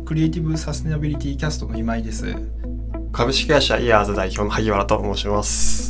クリエイティブサステナビリティキャストの今井です。 株式会社イヤーズ代表の萩原と申します。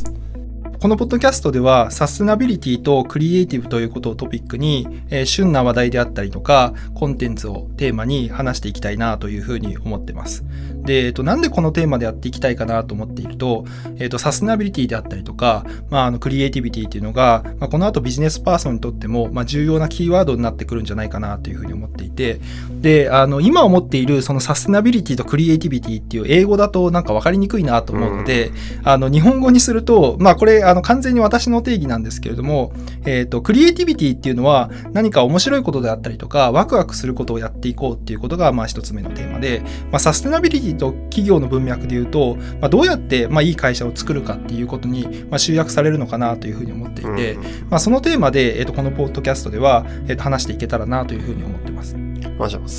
このポッドキャストではサステナビリティとクリエイティブということをトピックに、旬な話題であったりとかコンテンツをテーマに話していきたいなというふうに思ってます。で、なんでこのテーマでやっていきたいかなと思っていると、サステナビリティであったりとか、クリエイティビティっていうのが、この後ビジネスパーソンにとっても、重要なキーワードになってくるんじゃないかなというふうに思っていて、で、今思っているそのサステナビリティとクリエイティビティっていう英語だとなんか分かりにくいなと思うので、日本語にすると、これ完全に私の定義なんですけれども、クリエイティビティっていうのは何か面白いことであったりとかワクワクすることをやっていこうっていうことが一つ目のテーマで、サステナビリティと企業の文脈でいうと、どうやっていい会社を作るかっていうことに集約されるのかなというふうに思っていて、そのテーマで、このポッドキャストでは、話していけたらなというふうに思ってます。 お願いします。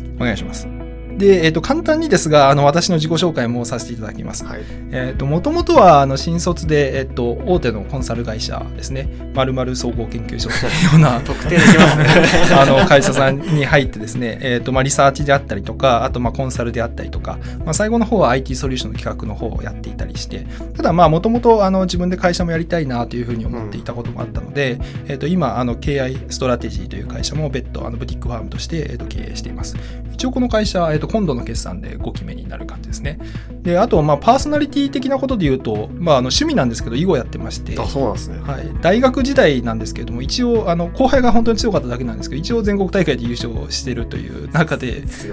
お願いします。で、簡単にですが私の自己紹介もさせていただきます。もともとは新卒で、大手のコンサル会社ですね、〇〇総合研究所というような特定できますね会社さんに入ってですね、リサーチであったりとか、あとコンサルであったりとか、最後の方は IT ソリューションの企画の方をやっていたりして、ただもともと自分で会社もやりたいなというふうに思っていたこともあったので、今KI ストラテジーという会社も別途ブティックファームとして、経営しています。一応この会社、今度の決算で5期目になる感じですね。で、あとパーソナリティ的なことで言うと、趣味なんですけど囲碁やってまして、 そうなんですね。 はい、大学時代なんですけれども、一応後輩が本当に強かっただけなんですけど、一応全国大会で優勝してるという中で、 強い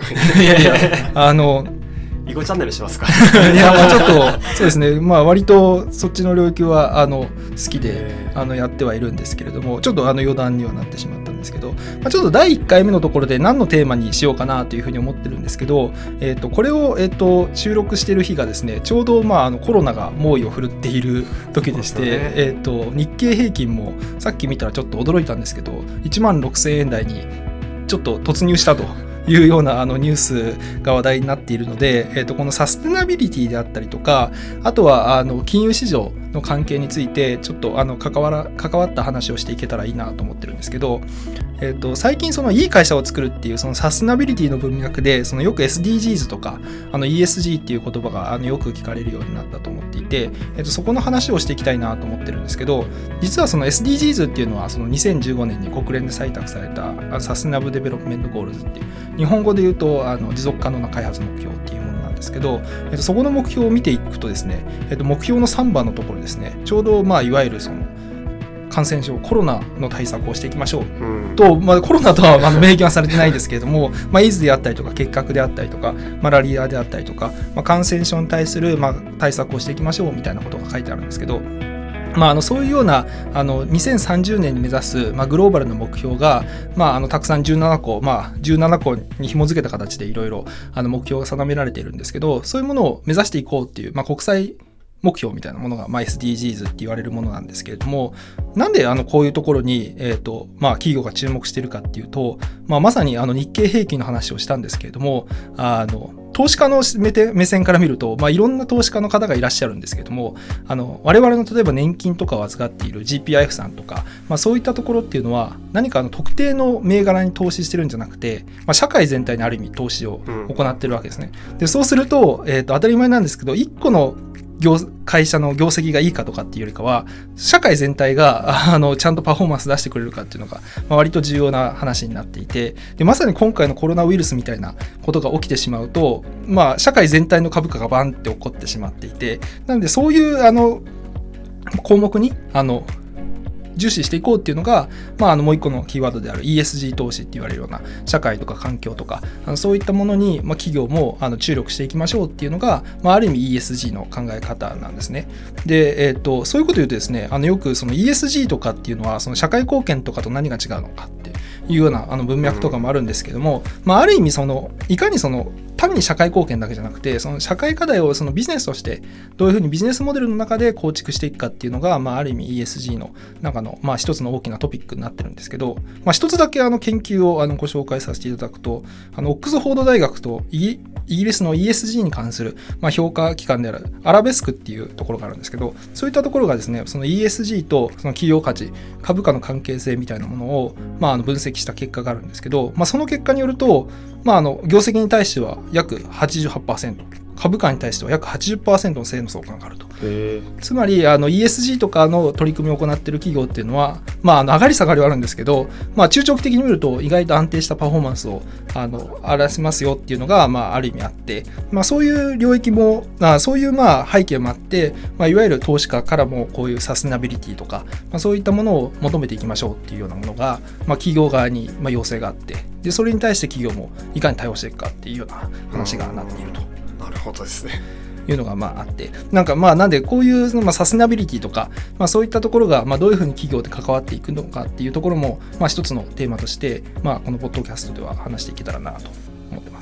囲碁チャンネルしますかいや、ちょっとそうですね、割とそっちの領域は好きでやってはいるんですけれども、ちょっと余談にはなってしまったんですけど、ちょっと第1回目のところで何のテーマにしようかなというふうに思ってるんですけど、これを、収録している日がですね、ちょうどコロナが猛威を振るっている時でして、日経平均もさっき見たらちょっと驚いたんですけど、16,000円台にちょっと突入したというようなニュースが話題になっているので、このサステナビリティであったりとか、あとは金融市場の関係についてちょっと関わった話をしていけたらいいなと思ってるんですけど、最近いい会社を作るっていうそのサステナビリティの文脈でよく SDGs とかESG っていう言葉がよく聞かれるようになったと思っていて、そこの話をしていきたいなと思ってるんですけど、実はその SDGs っていうのは2015年に国連で採択されたサステナブルデベロップメントゴールズっていう、日本語で言うと持続可能な開発目標っていうものなんですけど、そこの目標を見ていくとですね、目標の3番のところですね、ちょうどいわゆる感染症コロナの対策をしていきましょうと、コロナとは明記はされてないですけれども、エイズであったりとか結核であったりとかマラリアであったりとか、感染症に対する対策をしていきましょうみたいなことが書いてあるんですけど、そういうような2030年に目指す、グローバルな目標が、たくさん17個、17個に紐付けた形でいろいろ目標が定められているんですけど、そういうものを目指していこうっていう、国際目標みたいなものが、SDGs って言われるものなんですけれども、なんでこういうところに、企業が注目しているかっていうと、まさに日経平均の話をしたんですけれども、投資家の目線から見ると、いろんな投資家の方がいらっしゃるんですけれども、我々の例えば年金とかを預かっている GPIF さんとか、そういったところっていうのは何か特定の銘柄に投資してるんじゃなくて、社会全体にある意味投資を行ってるわけですね。で、そうすると、当たり前なんですけど、1個の会社の業績がいいかとかっていうよりかは、社会全体がちゃんとパフォーマンス出してくれるかっていうのが、割と重要な話になっていて、でまさに今回のコロナウイルスみたいなことが起きてしまうと、社会全体の株価がバンって起こってしまっていて、なのでそういう項目に重視していこうっていうのが、もう一個のキーワードである ESG 投資って言われるような社会とか環境とかそういったものに、企業も注力していきましょうっていうのが、ある意味 ESG の考え方なんですね。で、そういうことを言うとですね、よくその ESG とかっていうのはその社会貢献とかと何が違うのかっていうような文脈とかもあるんですけども、ある意味いかに単に社会貢献だけじゃなくて、その社会課題をビジネスとしてどういうふうにビジネスモデルの中で構築していくかっていうのが、ある意味 ESG の中の、一つの大きなトピックになってるんですけど、一つだけ研究をご紹介させていただくと、オックスフォード大学とイギリスの ESG に関する、評価機関であるアラベスクっていうところがあるんですけど、そういったところがですね、その ESG とその企業価値、株価の関係性みたいなものを、分析した結果があるんですけど、その結果によると、業績に対しては約 88%、株価に対しては約 80% の正の相関があると。つまりESG とかの取り組みを行っている企業っていうのは、上がり下がりはあるんですけど、中長期的に見ると意外と安定したパフォーマンスを表しますよっていうのが、ある意味あって、そういう領域もそういう背景もあって、いわゆる投資家からもこういうサステナビリティとか、そういったものを求めていきましょうっていうようなものが、企業側に要請があって、でそれに対して企業もいかに対応していくかっていうような話がなっていると。 なるほどですね。 いうのがあって、なんでこういうサステナビリティとか、そういったところがどういうふうに企業で関わっていくのかっていうところも一つのテーマとして、このポッドキャストでは話していけたらなと思ってます。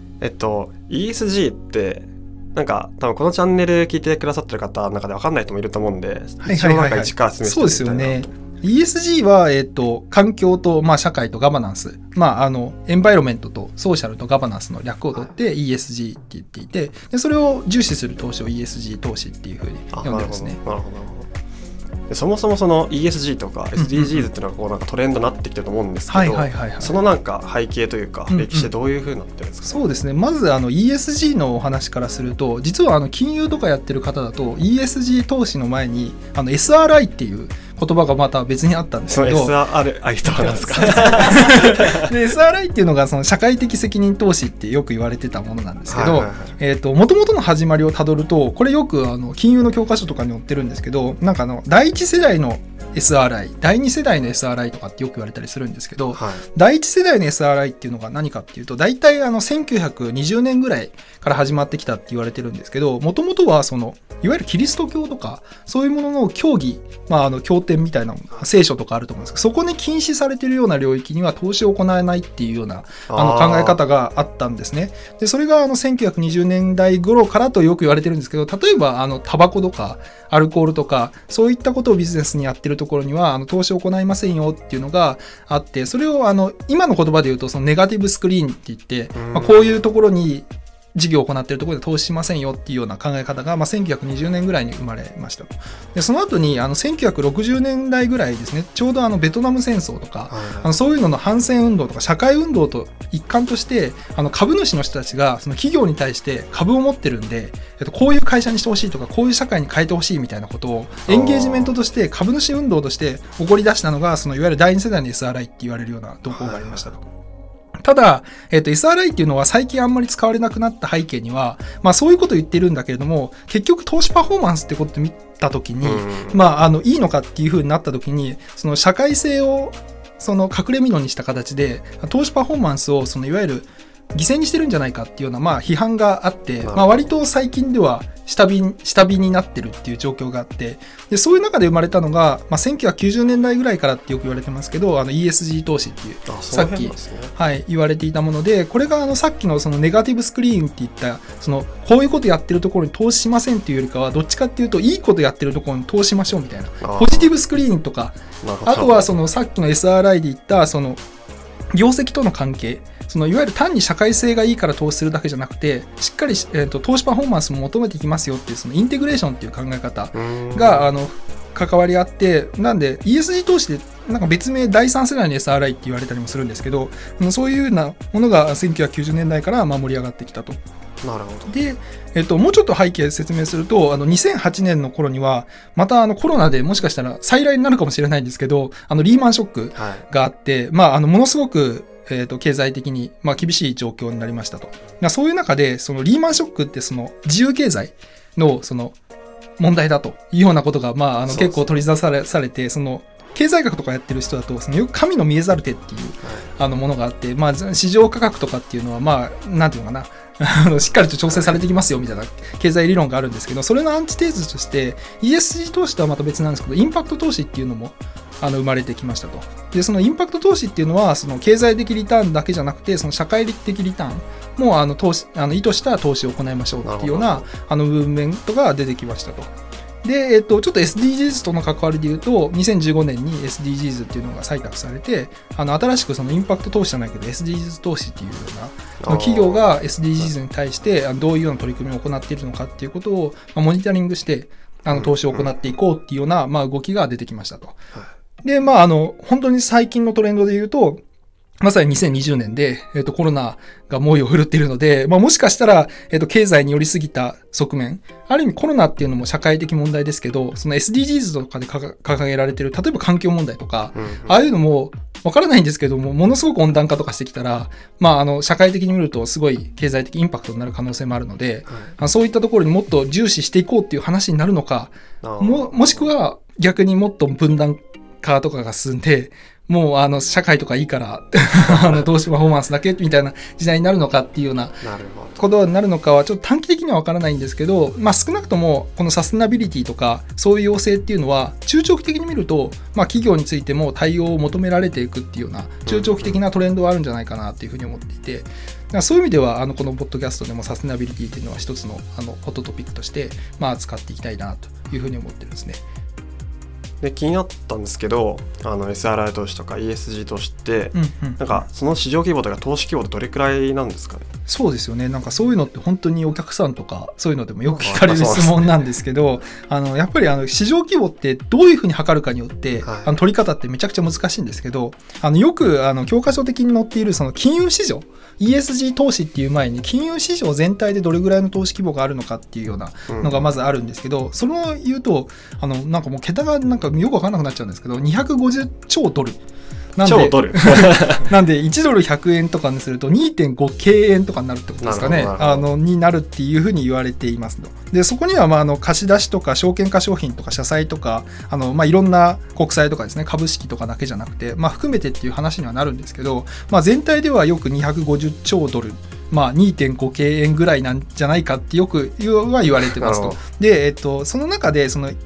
ESG って多分このチャンネル聞いてくださってる方の中で分かんない人もいると思うんで、一応一から説明してみたいなと。 そうですよね。ESG は、環境と、社会とガバナンス、エンバイロメントとソーシャルとガバナンスの略を取って ESG って言っていて、でそれを重視する投資を ESG 投資っていうふうに呼んでますね。 なるほど。でそもそもその ESG とか SDGs っていうのがトレンドになってきてると思うんですけど、その背景というか歴史でどういうふうになってるんですか？ そうですね。まずESG のお話からすると、実は金融とかやってる方だと ESG 投資の前にSRI っていう言葉がまた別にあったんですけど、 その SRI とは何ですか？ で SRI っていうのがその社会的責任投資ってよく言われてたものなんですけど、元々の始まりをたどると、これよく金融の教科書とかに載ってるんですけど、第一世代の SRI、第2世代の SRI とかってよく言われたりするんですけど、第1世代の SRI っていうのが何かっていうと、大体1920年ぐらいから始まってきたって言われてるんですけど、もともとはそのいわゆるキリスト教とかそういうものの教義、経典みたいな聖書とかあると思うんですけど、そこに禁止されているような領域には投資を行えないっていうような考え方があったんですね。でそれが1920年代頃からとよく言われてるんですけど、例えばタバコとかアルコールとかそういったことをビジネスにやってるところには投資を行いませんよっていうのがあって、それを今の言葉で言うとそのネガティブスクリーンって言って、こういうところに事業を行っているところで投資しませんよっていうような考え方が、1920年ぐらいに生まれましたと。でその後に1960年代ぐらいですね、ちょうどベトナム戦争とか、そういうのの反戦運動とか社会運動と一環として株主の人たちがその企業に対して株を持ってるんで、こういう会社にしてほしいとかこういう社会に変えてほしいみたいなことをエンゲージメントとして株主運動として起こり出したのが、そのいわゆる第二世代の SRI って言われるような動向がありましたと。ただ、SRI っていうのは最近あんまり使われなくなった背景には、そういうことを言ってるんだけれども、結局投資パフォーマンスってことを見たときに、いいのかっていう風になったときに、その社会性をその隠れ蓑にした形で、投資パフォーマンスをそのいわゆる犠牲にしてるんじゃないかっていうような批判があって、割と最近では下火になってるっていう状況があって、でそういう中で生まれたのが、1990年代ぐらいからってよく言われてますけど、ESG 投資っていうさっき、言われていたもので、これがさっきのそのネガティブスクリーンっていったそのこういうことやってるところに投資しませんっていうよりかは、どっちかっていうといいことやってるところに投資しましょうみたいなポジティブスクリーンとか、あとはそのさっきの SRI で言ったその業績との関係、そのいわゆる単に社会性がいいから投資するだけじゃなくて、しっかり、投資パフォーマンスも求めていきますよっていうそのインテグレーションっていう考え方が関わりあって、なんで ESG 投資で別名第3世代の SRI って言われたりもするんですけど、そういうようなものが1990年代から盛り上がってきたと。 なるほど。 で、もうちょっと背景説明すると、2008年の頃にはまたコロナでもしかしたら再来になるかもしれないんですけど、リーマンショックがあって、ものすごく経済的に厳しい状況になりましたと。そういう中でそのリーマンショックってその自由経済のその問題だというようなことが結構取り沙汰されて、その経済学とかやってる人だとそのよく神の見えざる手っていうものがあって、市場価格とかっていうのはなんていうのかなしっかりと調整されてきますよみたいな経済理論があるんですけど、それのアンチテーゼとして ESG 投資とはまた別なんですけど、インパクト投資っていうのも生まれてきましたと。でそのインパクト投資っていうのはその経済的リターンだけじゃなくて、その社会的リターンも意図した投資を行いましょうっていうようなムーブメントが出てきましたと。で、ちょっと SDGs との関わりで言うと、2015年に SDGs っていうのが採択されて、新しくそのインパクト投資じゃないけど SDGs 投資っていうよ企業が SDGs に対してどういうような取り組みを行っているのかっていうことをモニタリングして投資を行っていこうっていうような動きが出てきましたと。で、本当に最近のトレンドで言うと、まさに2020年で、コロナが猛威を振るっているので、もしかしたら、経済に寄りすぎた側面、ある意味コロナっていうのも社会的問題ですけど、その SDGs とかで掲げられている、例えば環境問題とか、ああいうのもわからないんですけども、ものすごく温暖化とかしてきたら、社会的に見るとすごい経済的インパクトになる可能性もあるので、そういったところにもっと重視していこうっていう話になるのか、もしくは逆にもっと分断化とかが進んで、もう社会とかいいから投資パフォーマンスだけみたいな時代になるのかっていうようなことになるのかはちょっと短期的には分からないんですけど、少なくともこのサステナビリティとかそういう要請っていうのは中長期的に見ると、企業についても対応を求められていくっていうような中長期的なトレンドはあるんじゃないかなっていうふうに思っていて、そういう意味ではこのポッドキャストでもサステナビリティっていうのは一つのホットトピックとして扱っていきたいなというふうに思ってるんですね。 で気になったんですけど、SRI 投資とか ESG 投資って、なんかその市場規模とか投資規模ってどれくらいなんですかね。 そうですよね。なんかそういうのって本当にお客さんとかそういうのでもよく聞かれる質問なんですけど、やっぱり市場規模ってどういうふうに測るかによって、取り方ってめちゃくちゃ難しいんですけど、よく教科書的に載っているその金融市場、ESG 投資っていう前に金融市場全体でどれぐらいの投資規模があるのかっていうようなのがまずあるんですけど、それを言うとなんかもう桁がなんかよく分からなくなっちゃうんですけど、250兆ドルなんでなんで1ドル100円とかにすると 2.5 京円とかになるってことですかね。になるっていうふうに言われていますと。でそこには貸し出しとか証券化商品とか社債とかいろんな国債とかですね、株式とかだけじゃなくて、含めてっていう話にはなるんですけど、全体ではよく250兆ドル2.5 京円ぐらいなんじゃないかってよくは言われてますと。で、その中でその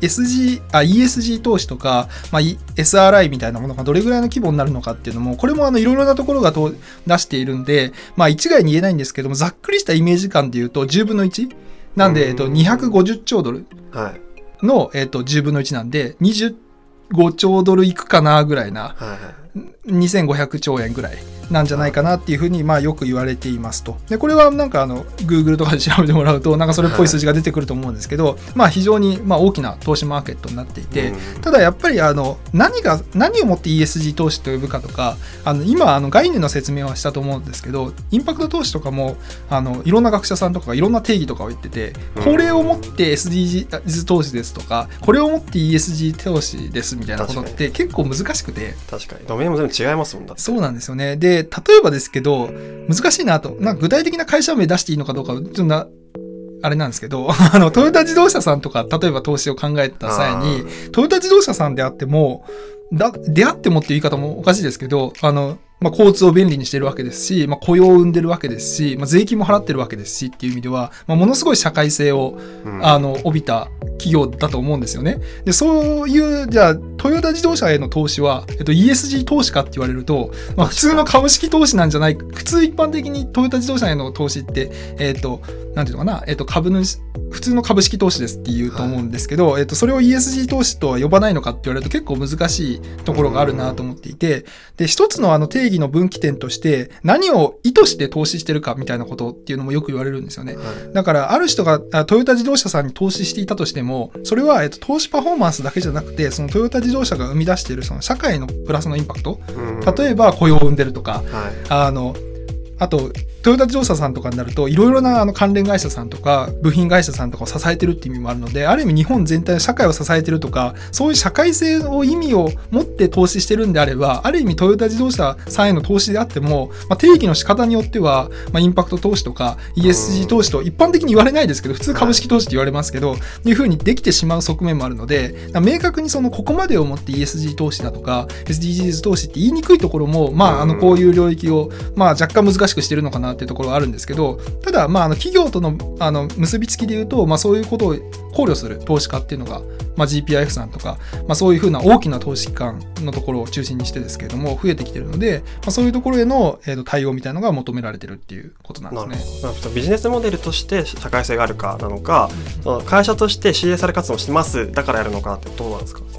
ESG 投資とか、SRI みたいなものがどれぐらいの規模になるのかっていうのも、これもいろいろなところが出しているんで、一概に言えないんですけども、ざっくりしたイメージ感で言うと10分の1なんで、250兆ドルの、10分の1なんで25兆ドルいくかなぐらいな、2500兆円ぐらいなんじゃないかなっていうふうによく言われていますと。でこれはなんかGoogle とかで調べてもらうとなんかそれっぽい数字が出てくると思うんですけど、非常に大きな投資マーケットになっていて、ただやっぱり何をもって ESG 投資と呼ぶかとか、今概念の説明はしたと思うんですけど、インパクト投資とかもいろんな学者さんとかがいろんな定義とかを言ってて、これをもって SDGs 投資ですとか、これをもって ESG 投資ですみたいなことって結構難しくて、 確かにドメインも全部違いますもんだって。 そうなんですよね。で例えばですけど難しいなと、なんか具体的な会社名出していいのかどうかちょっとあれなんですけどトヨタ自動車さんとか例えば投資を考えた際に、トヨタ自動車さんであってもっていう言い方もおかしいですけど、交通を便利にしてるわけですし、雇用を生んでるわけですし、税金も払ってるわけですしっていう意味では、ものすごい社会性を、帯びた企業だと思うんですよね。で、そういう、じゃあ、トヨタ自動車への投資は、ESG 投資かって言われると、普通の株式投資なんじゃない、普通一般的にトヨタ自動車への投資って、なんていうのかな、普通の株式投資ですって言うと思うんですけど、それを ESG 投資とは呼ばないのかって言われると結構難しいところがあるなと思っていて、で、一つの定義の分岐点として何を意図して投資してるかみたいなことっていうのもよく言われるんですよね。だからある人がトヨタ自動車さんに投資していたとしても、それは投資パフォーマンスだけじゃなくて、そのトヨタ自動車が生み出しているその社会のプラスのインパクト、例えば雇用を生んでるとか、あとトヨタ自動車さんとかになるといろいろな関連会社さんとか部品会社さんとかを支えてるっていう意味もあるので、ある意味日本全体の社会を支えてるとか、そういう社会性を意味を持って投資してるんであれば、ある意味トヨタ自動車さんへの投資であっても、定義の仕方によっては、インパクト投資とか ESG 投資と一般的に言われないですけど、普通株式投資って言われますけど、いう風にできてしまう側面もあるので、明確にここまでをもって ESG 投資だとか SDGs 投資って言いにくいところも、こういう領域を若干難しくしてるのかなっていうところはあるんですけど、ただ企業との結びつきでいうと、そういうことを考慮する投資家っていうのが、GPIF さんとか、そういうふうな大きな投資機関のところを中心にしてですけれども増えてきているので、そういうところへの対応みたいなのが求められてるっていうことなんですね。 ビジネスモデルとして社会性があるかなのか、会社として CSR 活動をしてますだからやるのかってどうなんですか？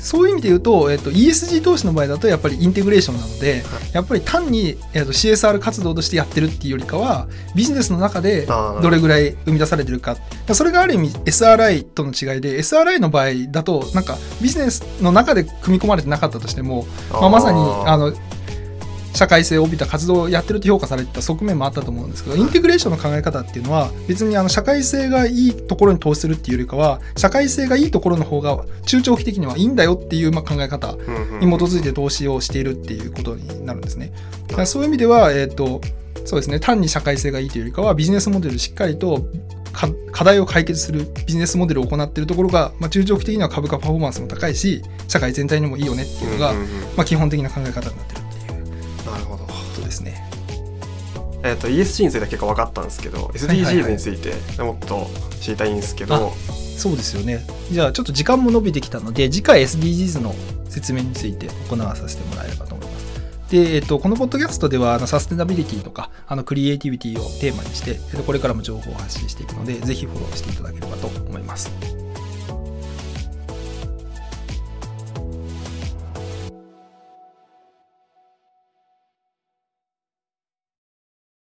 そういう意味で言うと、ESG 投資の場合だとやっぱりインテグレーションなので、やっぱり単に、CSR 活動としてやってるっていうよりかはビジネスの中でどれぐらい生み出されてるか、それがある意味 SRI との違いで、 SRI の場合だとなんかビジネスの中で組み込まれてなかったとしても、まさに社会性を帯びた活動をやってると評価されてた側面もあったと思うんですけど、インテグレーションの考え方っていうのは別に社会性がいいところに投資するっていうよりかは、社会性がいいところの方が中長期的にはいいんだよっていう考え方に基づいて投資をしているっていうことになるんですね。だからそういう意味では、そうですね、単に社会性がいいというよりかはビジネスモデルしっかりと課題を解決するビジネスモデルを行っているところが、中長期的には株価パフォーマンスも高いし社会全体にもいいよねっていうのが、基本的な考え方になってるっていう。 なるほど。 そうですね。 ESG については結構分かったんですけど、 SDGs についてもっと知りたいんですけど、 そうですよね。じゃあちょっと時間も伸びてきたので、次回 SDGs の説明について行わさせてもらえればと思います。で、このポッドキャストではサステナビリティとかクリエイティビティをテーマにして、これからも情報を発信していくので、ぜひフォローしていただければと思います。